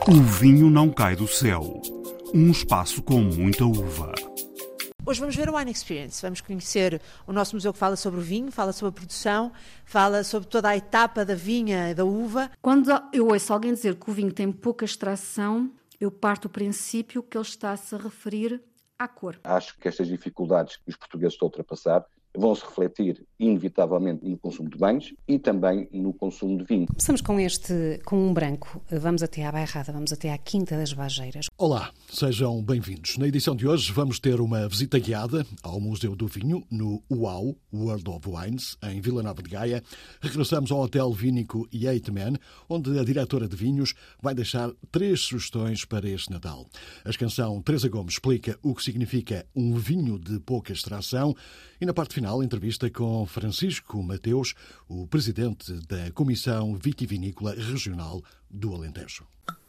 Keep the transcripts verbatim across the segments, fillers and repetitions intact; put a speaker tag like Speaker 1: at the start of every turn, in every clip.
Speaker 1: O vinho não cai do céu. Um espaço com muita uva.
Speaker 2: Hoje vamos ver o Wine Experience, vamos conhecer o nosso museu que fala sobre o vinho, fala sobre a produção, fala sobre toda a etapa da vinha e da uva.
Speaker 3: Quando eu ouço alguém dizer que o vinho tem pouca extração, eu parto do princípio que ele está-se a referir à cor.
Speaker 4: Acho que estas dificuldades que os portugueses estão a ultrapassar vão-se refletir inevitavelmente no consumo de bens e também no consumo de vinho.
Speaker 5: Começamos com este, com um branco. Vamos até à Bairrada, vamos até à Quinta das Bageiras.
Speaker 6: Olá, sejam bem-vindos. Na edição de hoje vamos ter uma visita guiada ao Museu do Vinho, no UAU, World of Wines, em Vila Nova de Gaia. Regressamos ao Hotel Vínico Eight Man, onde a diretora de vinhos vai deixar três sugestões para este Natal. A canção Teresa Gomes explica o que significa um vinho de pouca extração e, na parte final, entrevista com Francisco Mateus, o presidente da Comissão Vitivinícola Regional do Alentejo.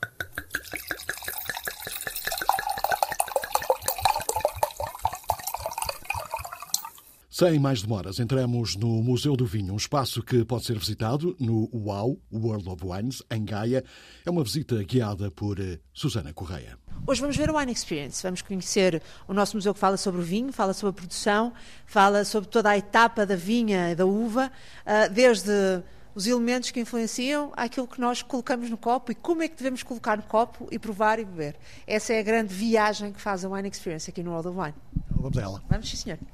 Speaker 6: Sem mais demoras, entramos no Museu do Vinho, um espaço que pode ser visitado no UAU, World of Wines, em Gaia. É uma visita guiada por Susana Correia.
Speaker 2: Hoje vamos ver o Wine Experience, vamos conhecer o nosso museu que fala sobre o vinho, fala sobre a produção, fala sobre toda a etapa da vinha e da uva, desde os elementos que influenciam àquilo que nós colocamos no copo e como é que devemos colocar no copo e provar e beber. Essa é a grande viagem que faz a Wine Experience aqui no World of Wine.
Speaker 6: Vamos a ela.
Speaker 2: Vamos, sim, senhor.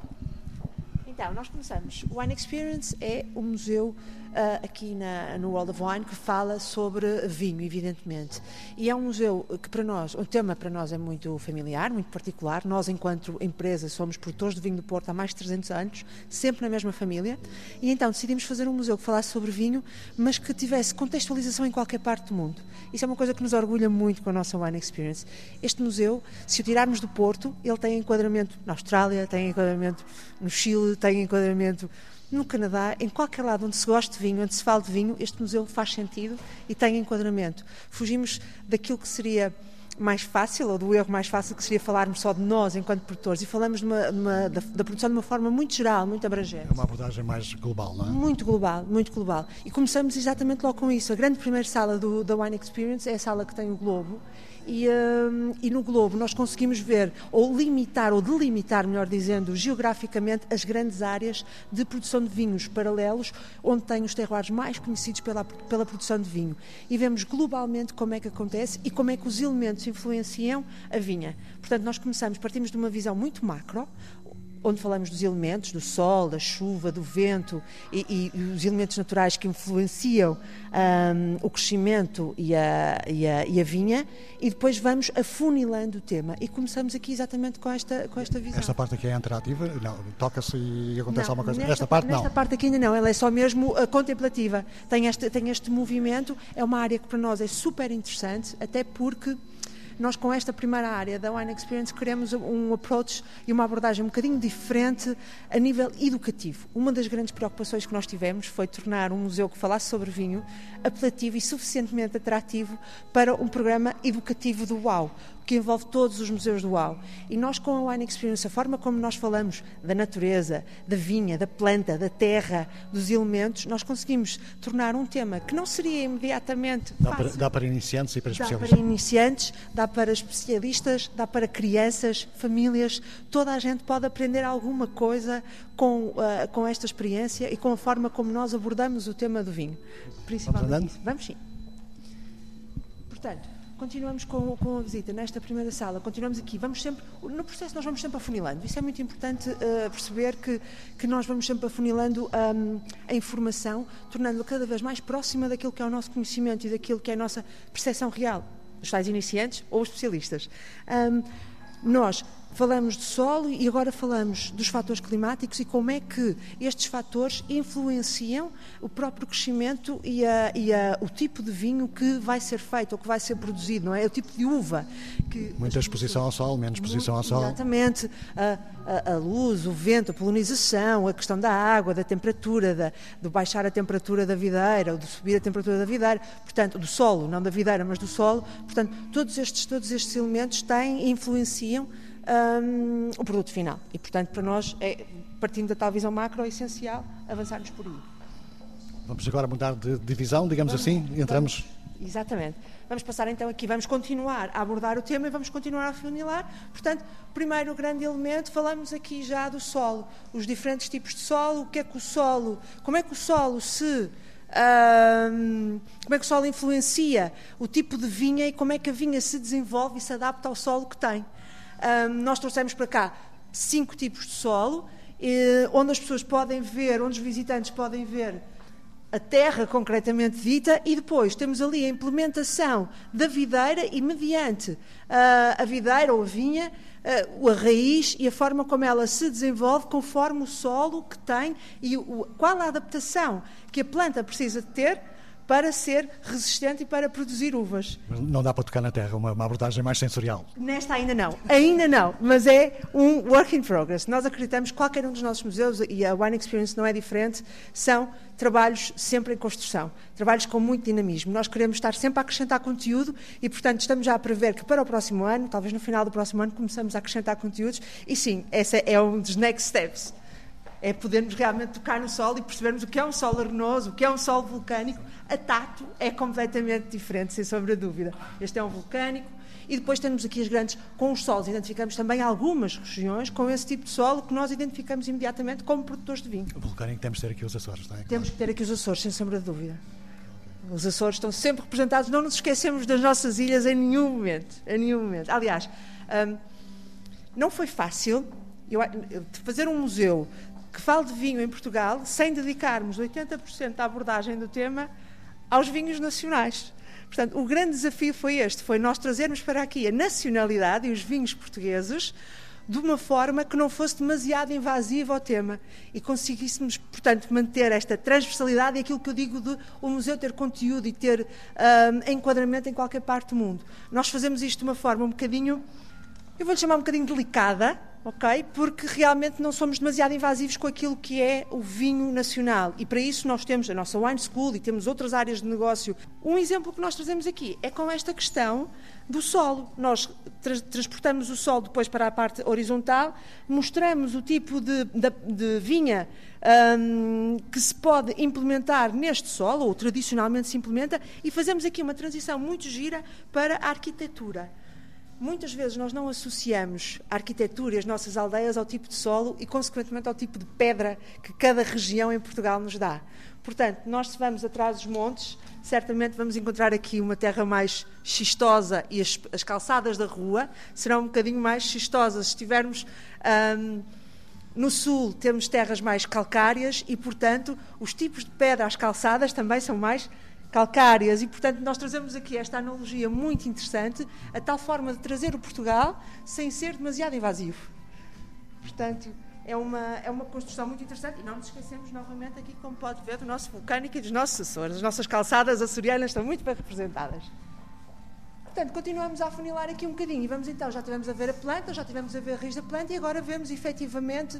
Speaker 2: Então, nós começamos. O Wine Experience é um museu uh, aqui na, no World of Wine que fala sobre vinho, evidentemente. E é um museu que para nós, o tema para nós é muito familiar, muito particular. Nós, enquanto empresa, somos produtores de vinho do Porto há mais de trezentos anos, sempre na mesma família. E então decidimos fazer um museu que falasse sobre vinho, mas que tivesse contextualização em qualquer parte do mundo. Isso é uma coisa que nos orgulha muito com a nossa Wine Experience. Este museu, se o tirarmos do Porto, ele tem enquadramento na Austrália, tem enquadramento no Chile, tem enquadramento no Canadá, em qualquer lado onde se goste de vinho, onde se fala de vinho, este museu faz sentido e tem enquadramento. Fugimos daquilo que seria mais fácil, ou do erro mais fácil, que seria falarmos só de nós enquanto produtores, e falamos de uma, de uma, da, da produção de uma forma muito geral, muito abrangente.
Speaker 6: É uma abordagem mais global, não é?
Speaker 2: Muito global, muito global. E começamos exatamente logo com isso. A grande primeira sala do, da Wine Experience é a sala que tem o Globo, e, um, e no Globo nós conseguimos ver, ou limitar, ou delimitar, melhor dizendo, geograficamente as grandes áreas de produção de vinhos paralelos, onde tem os terroirs mais conhecidos pela, pela produção de vinho. E vemos globalmente como é que acontece e como é que os elementos influenciam a vinha. Portanto, nós começamos, partimos de uma visão muito macro, onde falamos dos elementos, do sol, da chuva, do vento e, e, e os elementos naturais que influenciam um, o crescimento e a, e, a, e a vinha, e depois vamos afunilando o tema. E começamos aqui exatamente com esta, com esta visão.
Speaker 6: Esta parte aqui é interativa? Não, toca-se e acontece
Speaker 2: não,
Speaker 6: alguma coisa?
Speaker 2: Nesta,
Speaker 6: Esta parte não?
Speaker 2: Nesta parte aqui ainda não, ela é só mesmo uh, contemplativa. Tem este, tem este movimento, é uma área que para nós é super interessante, até porque nós, com esta primeira área da Wine Experience, queremos um approach e uma abordagem um bocadinho diferente a nível educativo. Uma das grandes preocupações que nós tivemos foi tornar um museu que falasse sobre vinho apelativo e suficientemente atrativo para um programa educativo do UAU, que envolve todos os museus do UAU. E nós, com a Wine Experience, a forma como nós falamos da natureza, da vinha, da planta, da terra, dos elementos, nós conseguimos tornar um tema que não seria imediatamente
Speaker 6: dá
Speaker 2: fácil.
Speaker 6: Para, dá para iniciantes e para especialistas?
Speaker 2: Dá para iniciantes, dá para especialistas, dá para crianças, famílias. Toda a gente pode aprender alguma coisa com, uh, com esta experiência e com a forma como nós abordamos o tema do vinho.
Speaker 6: Vamos andando?
Speaker 2: Vamos sim. Portanto, continuamos com, com a visita nesta primeira sala, continuamos aqui, vamos sempre, no processo nós vamos sempre afunilando, isso é muito importante uh, perceber que, que nós vamos sempre afunilando um, a informação, tornando-a cada vez mais próxima daquilo que é o nosso conhecimento e daquilo que é a nossa percepção real, os tais iniciantes ou os especialistas. Um, nós falamos de solo e agora falamos dos fatores climáticos e como é que estes fatores influenciam o próprio crescimento e, a, e a, o tipo de vinho que vai ser feito ou que vai ser produzido, não é? O tipo de uva. Que
Speaker 6: Muita exposição ao sol, menos exposição ao sol.
Speaker 2: Exatamente. A, a, a luz, o vento, a polinização, a questão da água, da temperatura, da, de baixar a temperatura da videira ou de subir a temperatura da videira, portanto, do solo, não da videira, mas do solo. Portanto, todos estes, todos estes elementos têm e influenciam Um, o produto final. E, portanto, para nós, é, partindo da tal visão macro, é essencial avançarmos por aí.
Speaker 6: Vamos agora mudar de divisão, digamos
Speaker 2: vamos,
Speaker 6: assim, entramos...
Speaker 2: Vamos. Exatamente. Vamos passar então aqui, vamos continuar a abordar o tema e vamos continuar a afunilar. Portanto, primeiro grande elemento, falamos aqui já do solo, os diferentes tipos de solo, o que é que o solo, como é que o solo se... Um, como é que o solo influencia o tipo de vinha e como é que a vinha se desenvolve e se adapta ao solo que tem. Um, nós trouxemos para cá cinco tipos de solo, eh, onde as pessoas podem ver, onde os visitantes podem ver a terra concretamente dita, e depois temos ali a implementação da videira e mediante uh, a videira ou a vinha, uh, a raiz e a forma como ela se desenvolve conforme o solo que tem e o, qual a adaptação que a planta precisa de ter para ser resistente e para produzir uvas.
Speaker 6: Não dá para tocar na terra, uma, uma abordagem mais sensorial.
Speaker 2: Nesta ainda não, ainda não, mas é um work in progress. Nós acreditamos que qualquer um dos nossos museus, e a Wine Experience não é diferente, são trabalhos sempre em construção, trabalhos com muito dinamismo. Nós queremos estar sempre a acrescentar conteúdo e, portanto, estamos já a prever que para o próximo ano, talvez no final do próximo ano, começamos a acrescentar conteúdos e sim, esse é um dos next steps. É podermos realmente tocar no solo e percebermos o que é um solo arenoso, o que é um solo vulcânico. A tato é completamente diferente, sem sombra de dúvida. Este é um vulcânico. E depois temos aqui as grandes, com os solos, identificamos também algumas regiões com esse tipo de solo que nós identificamos imediatamente como produtores de vinho.
Speaker 6: O vulcânico temos que ter aqui os Açores, não é?
Speaker 2: Temos que ter aqui os Açores, sem sombra de dúvida. Os Açores estão sempre representados, não nos esquecemos das nossas ilhas em nenhum momento. Em nenhum momento. Aliás, hum, não foi fácil eu, fazer um museu que fale de vinho em Portugal sem dedicarmos oitenta por cento da abordagem do tema aos vinhos nacionais. Portanto, o grande desafio foi este, foi nós trazermos para aqui a nacionalidade e os vinhos portugueses de uma forma que não fosse demasiado invasiva ao tema e conseguíssemos, portanto, manter esta transversalidade e aquilo que eu digo de o museu ter conteúdo e ter um, enquadramento em qualquer parte do mundo. Nós fazemos isto de uma forma um bocadinho, eu vou-lhe chamar um bocadinho delicada, ok? Porque realmente não somos demasiado invasivos com aquilo que é o vinho nacional e para isso nós temos a nossa Wine School e temos outras áreas de negócio. Um exemplo que nós trazemos aqui é com esta questão do solo. Nós tra- transportamos o solo depois para a parte horizontal, mostramos o tipo de, de, de vinha um, que se pode implementar neste solo, ou tradicionalmente se implementa, e fazemos aqui uma transição muito gira para a arquitetura. Muitas vezes nós não associamos a arquitetura e as nossas aldeias ao tipo de solo e, consequentemente, ao tipo de pedra que cada região em Portugal nos dá. Portanto, nós se vamos atrás dos montes, certamente vamos encontrar aqui uma terra mais xistosa e as, as calçadas da rua serão um bocadinho mais xistosas. Se estivermos hum, no sul, temos terras mais calcárias e, portanto, os tipos de pedra às calçadas também são mais calcárias e, portanto, nós trazemos aqui esta analogia muito interessante, a tal forma de trazer o Portugal sem ser demasiado invasivo. Portanto, é uma, é uma construção muito interessante e não nos esquecemos novamente aqui, como pode ver, do nosso vulcânico e dos nossos Açores. As nossas calçadas açorianas estão muito bem representadas. Portanto, continuamos a afunilar aqui um bocadinho e vamos então, já tivemos a ver a planta, já tivemos a ver a raiz da planta e agora vemos efetivamente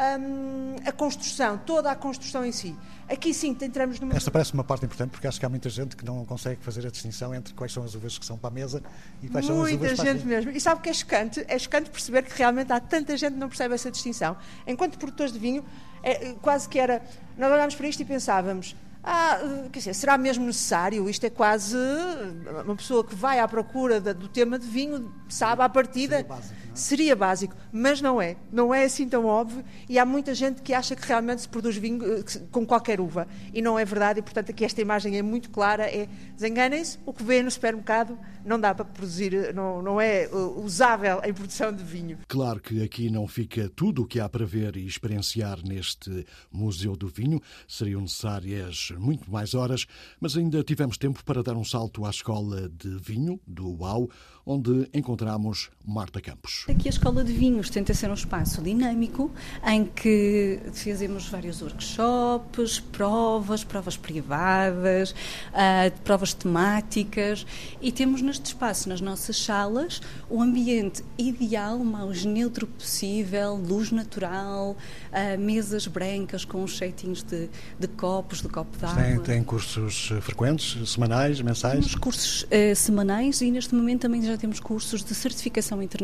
Speaker 2: hum, a construção, toda a construção em si. Aqui sim, entramos numa...
Speaker 6: Esta parece uma parte importante porque acho que há muita gente que não consegue fazer a distinção entre quais são as uvas que são para a mesa e quais são as uvas para a...
Speaker 2: Muita gente mesmo. E sabe o que é chocante? É chocante perceber que realmente há tanta gente que não percebe essa distinção. Enquanto produtores de vinho, é, quase que era... Nós olhámos para isto e pensávamos... Ah, quer dizer, será mesmo necessário? Isto é quase uma pessoa que vai à procura do tema de vinho, sabe à partida.
Speaker 6: Seria básico, não é?
Speaker 2: Seria básico, mas não é. Não é assim tão óbvio e há muita gente que acha que realmente se produz vinho com qualquer uva e não é verdade e, portanto, aqui esta imagem é muito clara, é, desenganem-se, o que vê no supermercado não dá para produzir, não, não é usável em produção de vinho.
Speaker 6: Claro que aqui não fica tudo o que há para ver e experienciar neste Museu do Vinho, seriam necessárias muito mais horas, mas ainda tivemos tempo para dar um salto à Escola de Vinho do U A U, onde encontramos Marta Campos.
Speaker 7: Aqui a Escola de Vinhos tenta ser um espaço dinâmico em que fazemos vários workshops, provas, provas privadas, uh, provas temáticas e temos neste espaço, nas nossas salas, o ambiente ideal, o mais neutro possível, luz natural, uh, mesas brancas com os jeitinhos de, de copos, de copo de água.
Speaker 6: Tem, tem cursos frequentes, semanais, mensais?
Speaker 7: Temos cursos uh, semanais e neste momento também já temos cursos de certificação internacional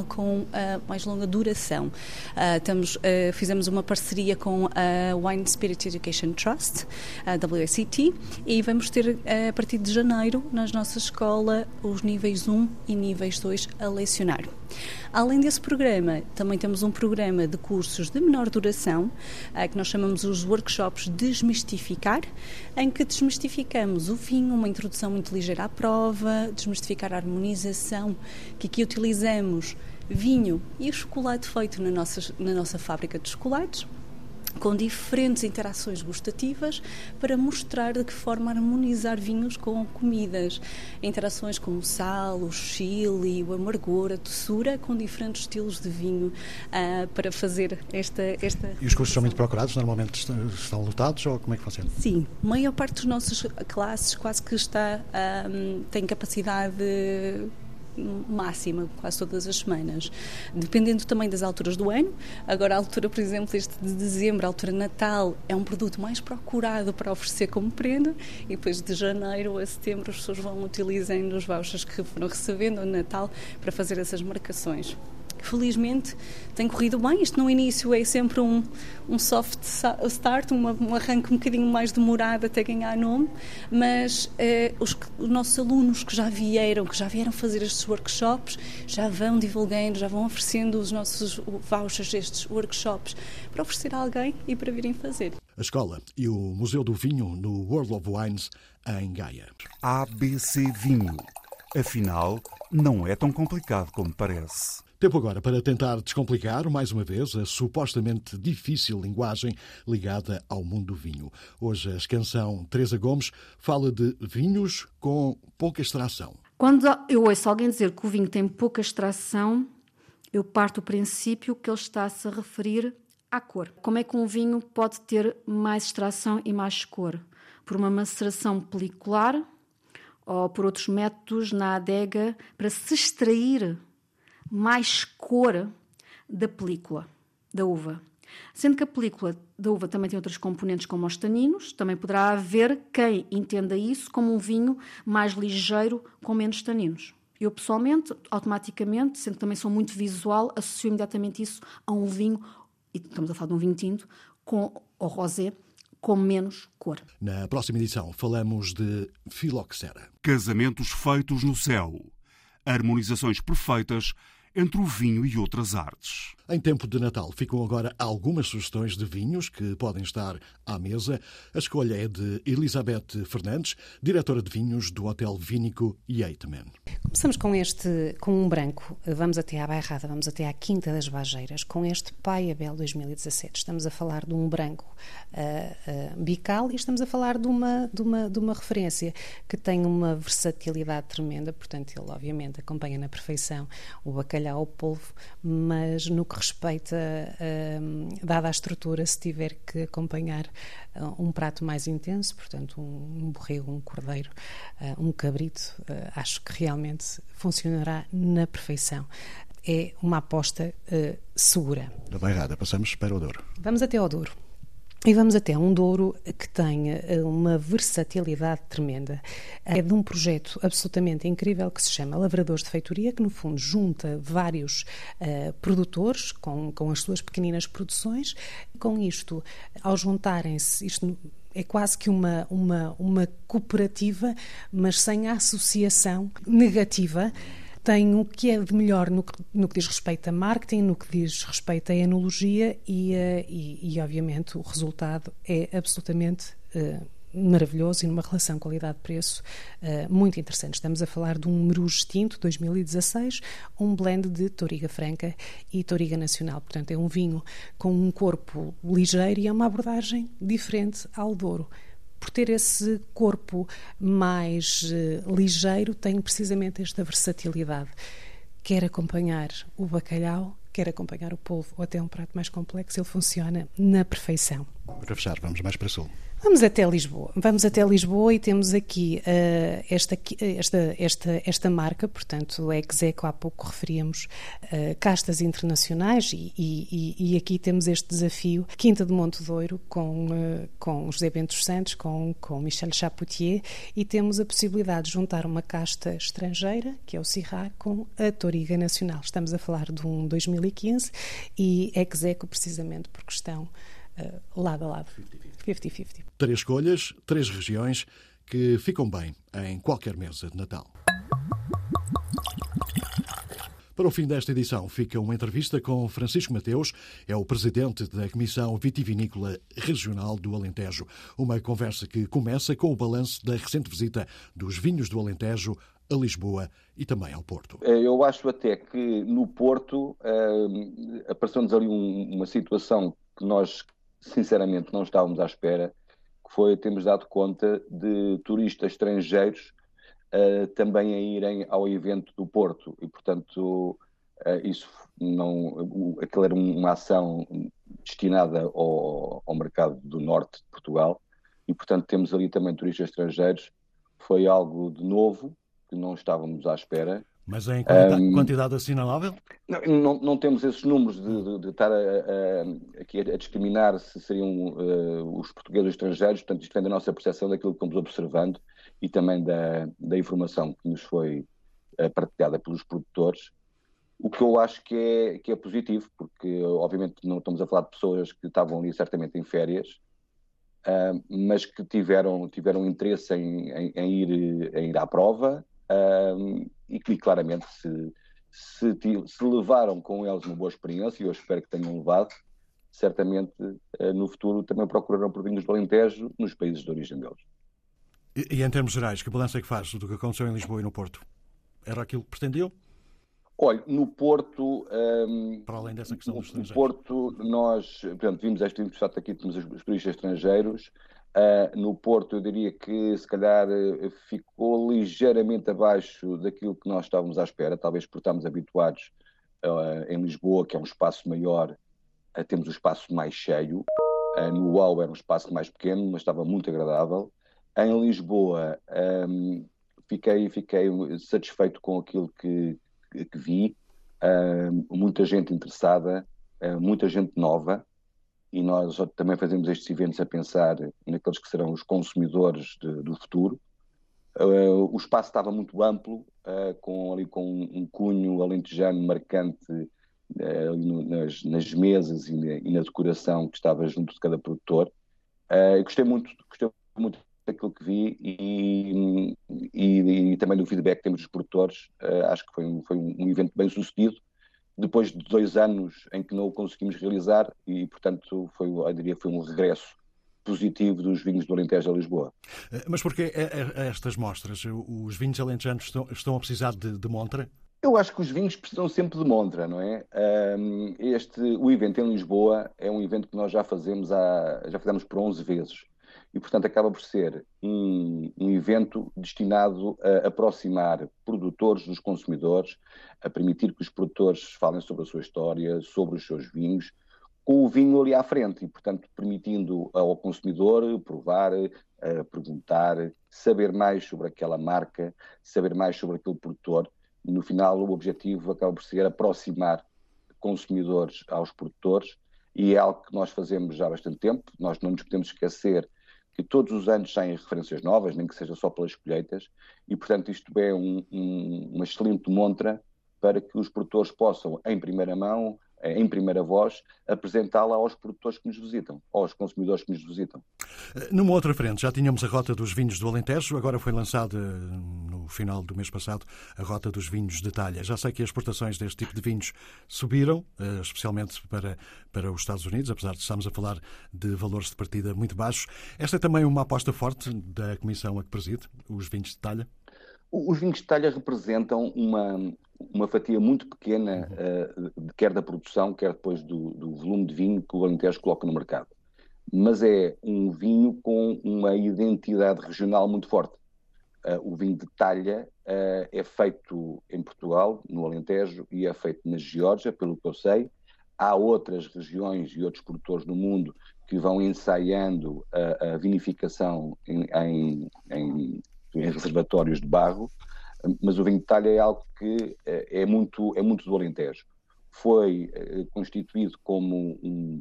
Speaker 7: com uh, mais longa duração. Uh, estamos, uh, fizemos uma parceria com a Wine Spirit Education Trust, a W S E T, e vamos ter uh, a partir de janeiro na nossa escola os níveis um e níveis dois a lecionar. Além desse programa, também temos um programa de cursos de menor duração, que nós chamamos os workshops Desmistificar, em que desmistificamos o vinho, uma introdução muito ligeira à prova, desmistificar a harmonização, que aqui utilizamos vinho e o chocolate feito na nossa, na nossa fábrica de chocolates, com diferentes interações gustativas para mostrar de que forma harmonizar vinhos com comidas. Interações como o sal, o chili, o amargor, a doçura, com diferentes estilos de vinho uh, para fazer esta, esta...
Speaker 6: E os cursos são muito procurados? Normalmente estão lotados ou como é que funciona?
Speaker 7: Sim, a maior parte das nossas classes quase que está, um, tem capacidade máxima, quase todas as semanas, dependendo também das alturas do ano. Agora a altura, por exemplo, este de dezembro, a altura de Natal, é um produto mais procurado para oferecer como prenda, e depois de janeiro a setembro as pessoas vão utilizando os vouchers que foram recebendo no Natal para fazer essas marcações. Felizmente tem corrido bem. Isto no início é sempre um, um soft start, uma, um arranque um bocadinho mais demorado até ganhar nome, mas eh, os, os nossos alunos que já vieram, que já vieram fazer estes workshops, já vão divulgando, já vão oferecendo os nossos vouchers, estes workshops, para oferecer a alguém e para virem fazer.
Speaker 6: A escola e o Museu do Vinho no World of Wines em Gaia.
Speaker 1: A B C Vinho. Afinal, não é tão complicado como parece.
Speaker 6: Tempo agora para tentar descomplicar, mais uma vez, a supostamente difícil linguagem ligada ao mundo do vinho. Hoje a escanção Teresa Gomes fala de vinhos com pouca extração.
Speaker 3: Quando eu ouço alguém dizer que o vinho tem pouca extração, eu parto do princípio que ele está-se a referir à cor. Como é que um vinho pode ter mais extração e mais cor? Por uma maceração pelicular ou por outros métodos na adega para se extrair mais cor da película da uva. Sendo que a película da uva também tem outros componentes como os taninos, também poderá haver quem entenda isso como um vinho mais ligeiro com menos taninos. Eu, pessoalmente, automaticamente, sendo que também sou muito visual, associo imediatamente isso a um vinho, e estamos a falar de um vinho tinto, com, ou rosé, com menos cor.
Speaker 6: Na próxima edição falamos de filoxera.
Speaker 1: Casamentos feitos no céu. Harmonizações perfeitas entre o vinho e outras artes.
Speaker 6: Em tempo de Natal ficam agora algumas sugestões de vinhos que podem estar à mesa. A escolha é de Elizabeth Fernandes, diretora de vinhos do Hotel Vínico Yeatman.
Speaker 5: Começamos com este, com um branco. Vamos até à Bairrada, vamos até à Quinta das Bageiras, com este Pai Abel dois mil e dezassete. Estamos a falar de um branco uh, uh, bical e estamos a falar de uma, de, uma, de uma referência que tem uma versatilidade tremenda. Portanto, ele obviamente acompanha na perfeição o bacalhau ao polvo, mas no que respeita, uh, dada a estrutura, se tiver que acompanhar uh, um prato mais intenso, portanto um, um borrego, um cordeiro, uh, um cabrito, uh, acho que realmente funcionará na perfeição. É uma aposta uh, segura.
Speaker 6: Da Bairrada passamos para o Douro.
Speaker 5: Vamos até ao Douro. E vamos até um Douro que tem uma versatilidade tremenda. É de um projeto absolutamente incrível que se chama Lavradores de Feitoria, que no fundo junta vários uh, produtores com, com as suas pequeninas produções. Com isto, ao juntarem-se, isto é quase que uma, uma, uma cooperativa, mas sem a associação negativa. Tem o que é de melhor no que, no que diz respeito a marketing, no que diz respeito a enologia e, uh, e, e obviamente, o resultado é absolutamente uh, maravilhoso e numa relação qualidade-preço uh, muito interessante. Estamos a falar de um Marujo Tinto dois mil e dezasseis, um blend de Touriga Franca e Touriga Nacional. Portanto, é um vinho com um corpo ligeiro e é uma abordagem diferente ao Douro. Por ter esse corpo mais uh, ligeiro, tem precisamente esta versatilidade. Quer acompanhar o bacalhau, quer acompanhar o polvo ou até um prato mais complexo, ele funciona na perfeição.
Speaker 6: Para fechar, vamos mais para sul.
Speaker 5: Vamos até Lisboa. Vamos até Lisboa e temos aqui uh, esta, esta, esta, esta marca, portanto, a Execo, há pouco referíamos uh, castas internacionais e, e, e aqui temos este desafio, Quinta de Monte Douro, com, uh, com José Bento dos Santos, com, com Michel Chapoutier, e temos a possibilidade de juntar uma casta estrangeira, que é o Syrah, com a Touriga Nacional. Estamos a falar de um dois mil e quinze e Execo precisamente por questão uh, lado a lado. cinquenta cinquenta.
Speaker 6: Três escolhas, três regiões que ficam bem em qualquer mesa de Natal. Para o fim desta edição fica uma entrevista com Francisco Mateus, é o presidente da Comissão Vitivinícola Regional do Alentejo. Uma conversa que começa com o balanço da recente visita dos vinhos do Alentejo a Lisboa e também ao Porto.
Speaker 4: Eu acho até que no Porto uh, apareceu-nos ali um, uma situação que nós sinceramente não estávamos à espera, que foi termos dado conta de turistas estrangeiros uh, também a irem ao evento do Porto e, portanto, uh, isso não, uh, aquilo era uma ação destinada ao, ao mercado do norte de Portugal e, portanto, temos ali também turistas estrangeiros. Foi algo de novo, que não estávamos à espera.
Speaker 6: Mas em quantidade, um, quantidade assinalável?
Speaker 4: Não, não, não temos esses números de, de, de estar a, a, aqui a discriminar se seriam uh, os portugueses estrangeiros, portanto isto vem da nossa percepção daquilo que fomos observando e também da, da informação que nos foi uh, partilhada pelos produtores, o que eu acho que é, que é positivo, porque obviamente não estamos a falar de pessoas que estavam ali certamente em férias, uh, mas que tiveram, tiveram interesse em, em, em, ir, em ir à prova, uh, e que claramente se, se, se levaram com eles uma boa experiência, e eu espero que tenham levado, certamente no futuro também procurarão por vinhos do Alentejo nos países de origem deles.
Speaker 6: E, e em termos gerais, que balanço é que faz do que aconteceu em Lisboa e no Porto? Era aquilo que pretendiam?
Speaker 4: Olha, no Porto, um,
Speaker 6: para além dessa questão dos estrangeiros,
Speaker 4: no Porto nós, portanto, vimos este de facto aqui temos os turistas estrangeiros. Uh, no Porto eu diria que se calhar ficou ligeiramente abaixo daquilo que nós estávamos à espera, talvez porque estamos habituados uh, em Lisboa, que é um espaço maior, uh, temos o espaço mais cheio. Uh, no UAU era um espaço mais pequeno, mas estava muito agradável. Em Lisboa um, fiquei, fiquei satisfeito com aquilo que, que, que vi, uh, muita gente interessada, uh, muita gente nova. E nós também fazemos estes eventos a pensar naqueles que serão os consumidores de, do futuro. Uh, o espaço estava muito amplo, uh, com, ali, com um cunho alentejano marcante uh, no, nas, nas mesas e na, e na decoração que estava junto de cada produtor. Uh, gostei muito, gostei muito daquilo que vi e, e, e também do feedback que temos dos produtores. Uh, acho que foi um, foi um evento bem sucedido, depois de dois anos em que não o conseguimos realizar e, portanto, foi, eu diria, foi um regresso positivo dos vinhos do Alentejo a Lisboa.
Speaker 6: Mas porquê estas mostras? Os vinhos alentejanos estão, estão a precisar de, de montra?
Speaker 4: Eu acho que os vinhos precisam sempre de montra, não é? Este, o evento em Lisboa é um evento que nós já fazemos, há, já fizemos por onze vezes. E, portanto, acaba por ser um, um evento destinado a aproximar produtores dos consumidores, a permitir que os produtores falem sobre a sua história, sobre os seus vinhos, com o vinho ali à frente e, portanto, permitindo ao consumidor provar, perguntar, saber mais sobre aquela marca, saber mais sobre aquele produtor. E, no final, o objetivo acaba por ser aproximar consumidores aos produtores e é algo que nós fazemos já há bastante tempo. Nós não nos podemos esquecer que todos os anos saem referências novas, nem que seja só pelas colheitas, e, portanto, isto é um, um, uma excelente montra para que os produtores possam, em primeira mão, em primeira voz, apresentá-la aos produtores que nos visitam, aos consumidores que nos visitam.
Speaker 6: Numa outra frente, já tínhamos a Rota dos Vinhos do Alentejo, agora foi lançada no final do mês passado a Rota dos Vinhos de Talha. Já sei que as exportações deste tipo de vinhos subiram, especialmente para, para os Estados Unidos, apesar de estarmos a falar de valores de partida muito baixos. Esta é também uma aposta forte da Comissão a que preside, os vinhos de Talha?
Speaker 4: Os vinhos de Talha representam uma, uma fatia muito pequena, uh, quer da produção, quer depois do, do volume de vinho que o Alentejo coloca no mercado. Mas é um vinho com uma identidade regional muito forte. Uh, o vinho de Talha uh, é feito em Portugal, no Alentejo, e é feito na Geórgia, pelo que eu sei. Há outras regiões e outros produtores no mundo que vão ensaiando a, a vinificação em, em, em, em reservatórios de barro, mas o vinho de talha é algo que é muito, é muito do Alentejo. Foi constituído como um,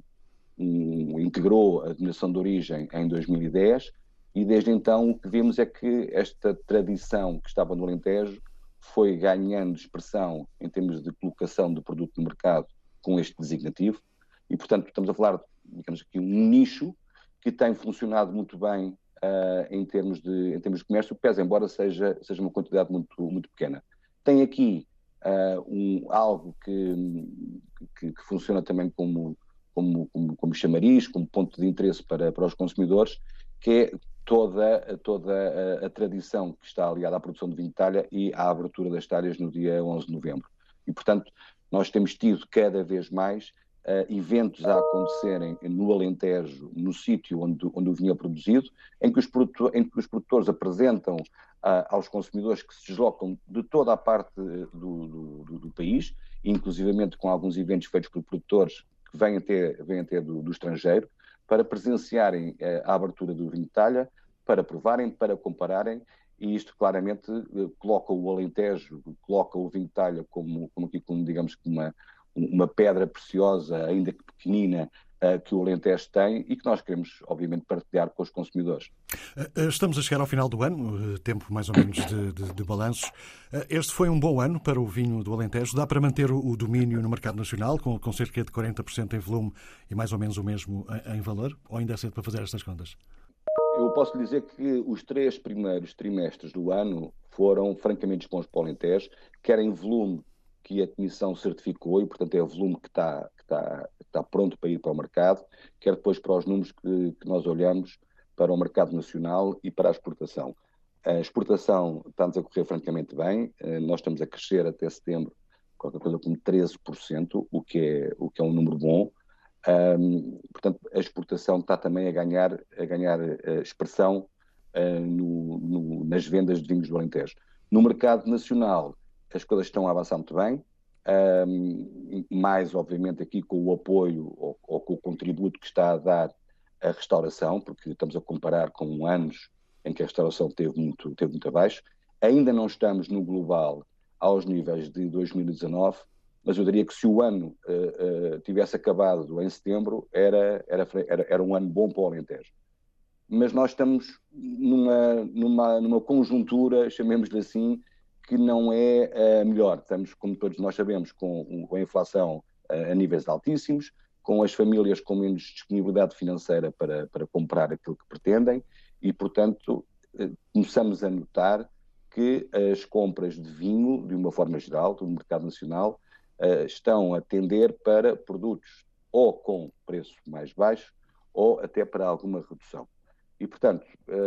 Speaker 4: um, integrou a denominação de origem em dois mil e dez, e desde então o que vemos é que esta tradição que estava no Alentejo foi ganhando expressão em termos de colocação do produto no mercado com este designativo, e portanto estamos a falar, digamos aqui, um nicho que tem funcionado muito bem uh, em, termos de, em termos de comércio, pese embora seja, seja uma quantidade muito, muito pequena. Tem aqui uh, um, algo que, que, que funciona também como, como, como, como chamariz, como ponto de interesse para, para os consumidores, que é toda, toda a, a tradição que está aliada à produção de vinho de talha e à abertura das talhas no dia onze de novembro. E, portanto, nós temos tido cada vez mais uh, eventos a acontecerem no Alentejo, no sítio onde, onde o vinho é produzido, em que os, produtor, em que os produtores apresentam uh, aos consumidores que se deslocam de toda a parte do, do, do, do país, inclusivamente com alguns eventos feitos por produtores que vêm até, vêm até do, do estrangeiro, para presenciarem uh, a abertura do vinho de talha, para provarem, para compararem, e isto claramente uh, coloca o Alentejo, coloca o vinho de talha como, como, aqui, como digamos, como uma, uma pedra preciosa, ainda que pequenina, uh, que o Alentejo tem e que nós queremos, obviamente, partilhar com os consumidores.
Speaker 6: Estamos a chegar ao final do ano, tempo mais ou menos de, de, de balanços. Este foi um bom ano para o vinho do Alentejo. Dá para manter o, o domínio no mercado nacional, com, com cerca de quarenta por cento em volume e mais ou menos o mesmo em, em valor? Ou ainda é cedo para fazer estas contas?
Speaker 4: Eu posso dizer que os três primeiros trimestres do ano foram francamente bons para o Alentejo, quer em volume que a Comissão certificou, e portanto é o volume que está, que está, que está pronto para ir para o mercado, quer depois para os números que, que nós olhamos para o mercado nacional e para a exportação. A exportação está-nos a correr francamente bem, nós estamos a crescer até setembro, qualquer coisa como treze por cento, o que é, o que é um número bom. Um, portanto, a exportação está também a ganhar, a ganhar uh, expressão uh, no, no, nas vendas de vinhos do Alentejo. No mercado nacional, as coisas estão a avançar muito bem, um, mais obviamente aqui com o apoio ou, ou com o contributo que está a dar a restauração, porque estamos a comparar com anos em que a restauração teve muito, teve muito abaixo. Ainda não estamos no global aos níveis de dois mil e dezanove, mas eu diria que se o ano uh, uh, tivesse acabado em setembro, era, era, era, era um ano bom para o Alentejo. Mas nós estamos numa, numa, numa conjuntura, chamemos-lhe assim, que não é uh, melhor. Estamos, como todos nós sabemos, com, com a inflação uh, a níveis altíssimos, com as famílias com menos disponibilidade financeira para, para comprar aquilo que pretendem e, portanto, uh, começamos a notar que as compras de vinho, de uma forma geral, do mercado nacional, Uh, estão a tender para produtos ou com preço mais baixo ou até para alguma redução. E, portanto,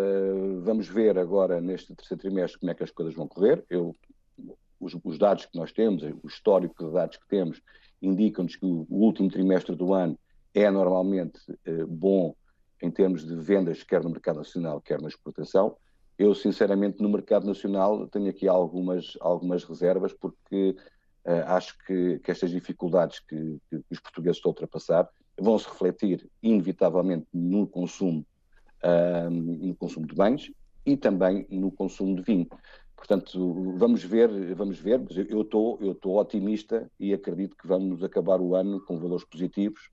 Speaker 4: uh, vamos ver agora neste terceiro trimestre como é que as coisas vão correr. Eu, os, os dados que nós temos, o histórico de dados que temos, indicam-nos que o, o último trimestre do ano é normalmente uh, bom em termos de vendas, quer no mercado nacional, quer na exportação. Eu, sinceramente, no mercado nacional tenho aqui algumas, algumas reservas, porque Uh, acho que, que estas dificuldades que, que os portugueses estão a ultrapassar vão se refletir inevitavelmente no consumo, uh, no consumo de bens e também no consumo de vinho. Portanto, vamos ver, vamos ver, mas eu estou eu estou otimista e acredito que vamos acabar o ano com valores positivos,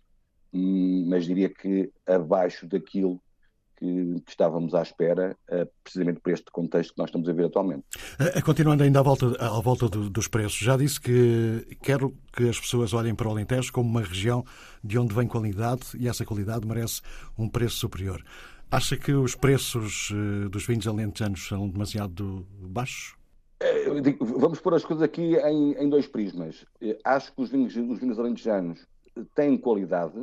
Speaker 4: mas diria que abaixo daquilo Que, que estávamos à espera, uh, precisamente por este contexto que nós estamos a ver atualmente.
Speaker 6: Uh, continuando ainda à volta, à volta do, dos preços, já disse que quero que as pessoas olhem para o Alentejo como uma região de onde vem qualidade e essa qualidade merece um preço superior. Acha que os preços uh, dos vinhos alentejanos são demasiado baixos?
Speaker 4: Uh, digo, vamos pôr as coisas aqui em, em dois prismas. Uh, acho que os vinhos, os vinhos alentejanos têm qualidade,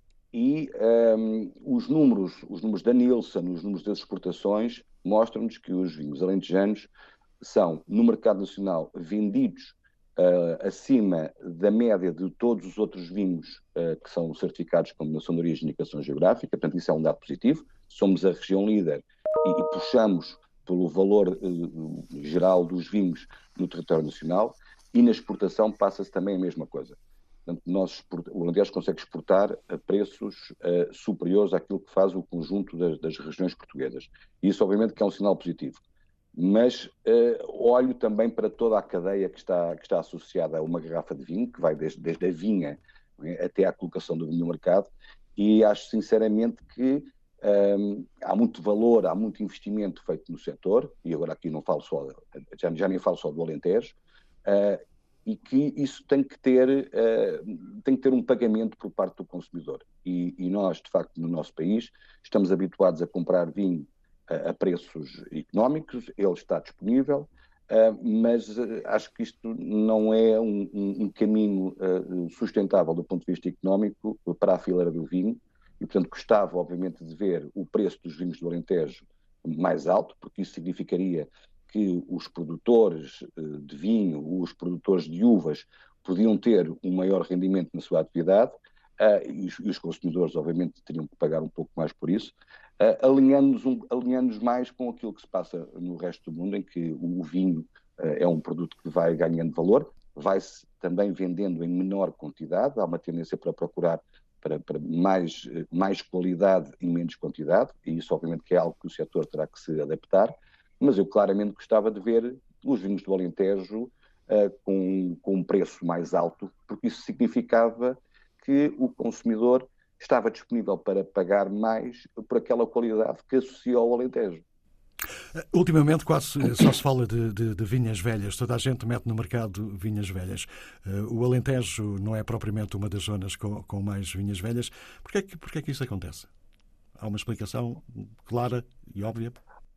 Speaker 4: e um, os números, os números da Nielsen, os números das exportações, mostram-nos que os vinhos alentejanos são, no mercado nacional, vendidos uh, acima da média de todos os outros vinhos uh, que são certificados como nação de origem e indicação geográfica. Portanto, isso é um dado positivo. Somos a região líder e, e puxamos pelo valor uh, geral dos vinhos no território nacional, e na exportação passa-se também a mesma coisa. Portanto, nós, o Alentejo consegue exportar a preços uh, superiores àquilo que faz o conjunto das, das regiões portuguesas. E isso, obviamente, que é um sinal positivo. Mas uh, olho também para toda a cadeia que está, que está associada a uma garrafa de vinho, que vai desde, desde a vinha, né, até à colocação do vinho no mercado, e acho sinceramente que um, há muito valor, há muito investimento feito no setor, e agora aqui não falo só, já, já nem falo só do Alentejo, uh, e que isso tem que ter, uh, tem que ter um pagamento por parte do consumidor. E, e nós, de facto, no nosso país, estamos habituados a comprar vinho uh, a preços económicos, ele está disponível, uh, mas uh, acho que isto não é um, um, um caminho uh, sustentável do ponto de vista económico para a fileira do vinho, e, portanto, gostava, obviamente, de ver o preço dos vinhos do Alentejo mais alto, porque isso significaria que os produtores de vinho, os produtores de uvas, podiam ter um maior rendimento na sua atividade, uh, e, os, e os consumidores, obviamente, teriam que pagar um pouco mais por isso, uh, alinhando-nos um, alinhando-nos mais com aquilo que se passa no resto do mundo, em que o, o vinho uh, é um produto que vai ganhando valor, vai-se também vendendo em menor quantidade, há uma tendência para procurar para, para mais, mais qualidade e menos quantidade, e isso, obviamente, que é algo que o setor terá que se adaptar. Mas eu claramente gostava de ver os vinhos do Alentejo uh, com, com um preço mais alto, porque isso significava que o consumidor estava disponível para pagar mais por aquela qualidade que associa ao Alentejo.
Speaker 6: Ultimamente quase só se fala de, de, de vinhas velhas, toda a gente mete no mercado vinhas velhas. Uh, o Alentejo não é propriamente uma das zonas com, com mais vinhas velhas. Porquê é que, porquê é que isso acontece? Há uma explicação clara e óbvia?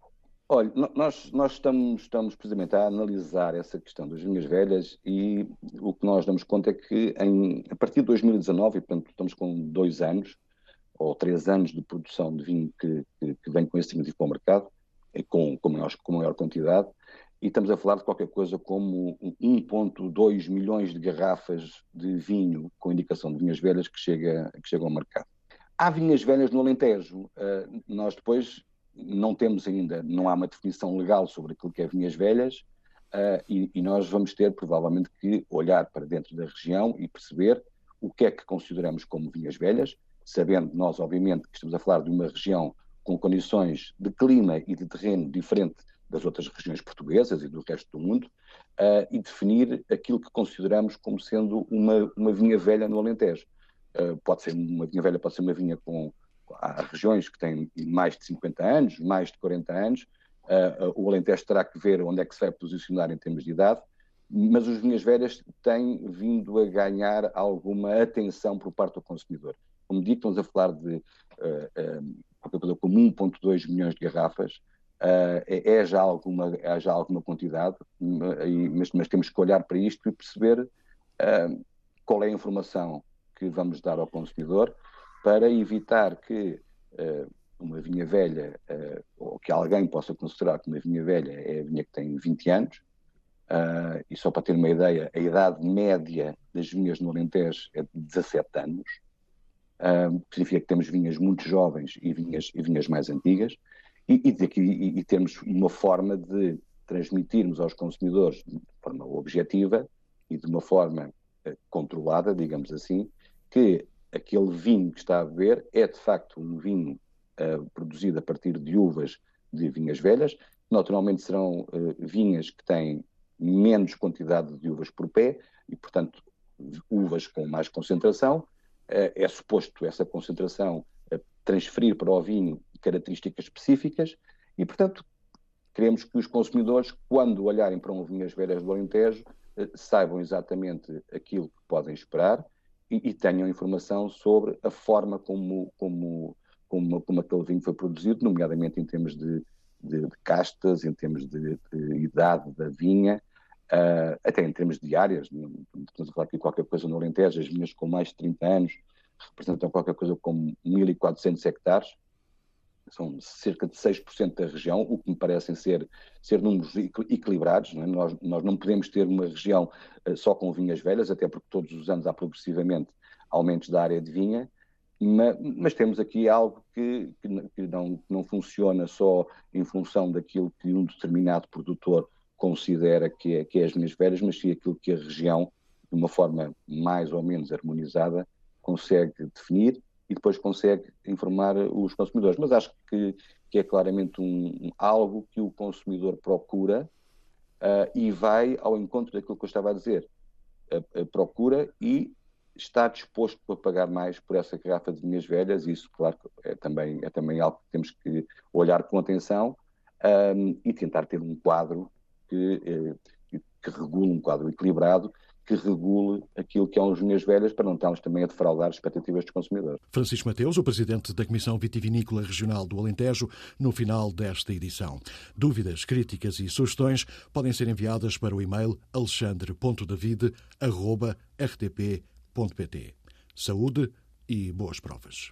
Speaker 4: Olha, nós, nós estamos, estamos precisamente a analisar essa questão das vinhas velhas, e o que nós damos conta é que em, a partir de dois mil e dezanove, e portanto estamos com dois anos ou três anos de produção de vinho que, que, que vem com esse significado para o mercado, com, com, maior, com maior quantidade, e estamos a falar de qualquer coisa como um vírgula dois milhões de garrafas de vinho com indicação de vinhas velhas que chega, que chegam ao mercado. Há vinhas velhas no Alentejo, nós depois... não temos ainda, não há uma definição legal sobre aquilo que é vinhas velhas, uh, e, e nós vamos ter provavelmente que olhar para dentro da região e perceber o que é que consideramos como vinhas velhas, sabendo nós, obviamente, que estamos a falar de uma região com condições de clima e de terreno diferente das outras regiões portuguesas e do resto do mundo, uh, e definir aquilo que consideramos como sendo uma, uma vinha velha no Alentejo. Uh, pode ser uma vinha velha, pode ser uma vinha com... Há regiões que têm mais de cinquenta anos, mais de quarenta anos, uh, o Alentejo terá que ver onde é que se vai posicionar em termos de idade, mas os vinhas velhas têm vindo a ganhar alguma atenção por parte do consumidor. Como digo, estamos a falar de uh, uh, qualquer coisa como um vírgula dois milhões de garrafas, uh, é, é, já alguma, é já alguma quantidade, mas, mas temos que olhar para isto e perceber uh, qual é a informação que vamos dar ao consumidor, para evitar que uh, uma vinha velha, uh, ou que alguém possa considerar que uma vinha velha é a vinha que tem vinte anos, uh, e só para ter uma ideia, a idade média das vinhas no Alentejo é de dezassete anos, uh, significa que temos vinhas muito jovens e vinhas, e vinhas mais antigas, e, e, daqui, e, e temos uma forma de transmitirmos aos consumidores de forma objetiva e de uma forma uh, controlada, digamos assim, que aquele vinho que está a beber é, de facto, um vinho uh, produzido a partir de uvas de vinhas velhas. Naturalmente serão uh, vinhas que têm menos quantidade de uvas por pé e, portanto, uvas com mais concentração. Uh, é suposto essa concentração uh, transferir para o vinho características específicas e, portanto, queremos que os consumidores, quando olharem para um vinhas velhas do Alentejo, uh, saibam exatamente aquilo que podem esperar e tenham informação sobre a forma como, como, como, como aquele vinho foi produzido, nomeadamente em termos de, de, de castas, em termos de, de idade da vinha, uh, até em termos de áreas. Estamos a falar aqui qualquer coisa no Alentejo, as vinhas com mais de trinta anos representam qualquer coisa como mil e quatrocentos hectares, são cerca de seis por cento da região, o que me parecem ser, ser números equilibrados. Não é? nós, nós não podemos ter uma região uh, só com vinhas velhas, até porque todos os anos há progressivamente aumentos da área de vinha, mas, mas temos aqui algo que, que, que não, não funciona só em função daquilo que um determinado produtor considera que é, que é as vinhas velhas, mas sim aquilo que a região de uma forma mais ou menos harmonizada, consegue definir e depois consegue informar os consumidores. Mas acho que, que é claramente um, algo que o consumidor procura uh, e vai ao encontro daquilo que eu estava a dizer. Uh, uh, procura e está disposto a pagar mais por essa garrafa de vinhas velhas. Isso, claro, é também, é também algo que temos que olhar com atenção um, e tentar ter um quadro que, uh, que regule, um quadro equilibrado, que regule aquilo que é uns vinhas velhas, para não estarmos também a defraudar as expectativas dos consumidores.
Speaker 6: Francisco Mateus, o presidente da Comissão Vitivinícola Regional do Alentejo, no final desta edição. Dúvidas, críticas e sugestões podem ser enviadas para o e-mail alexandre ponto david arroba r t p ponto p t. Saúde e boas provas.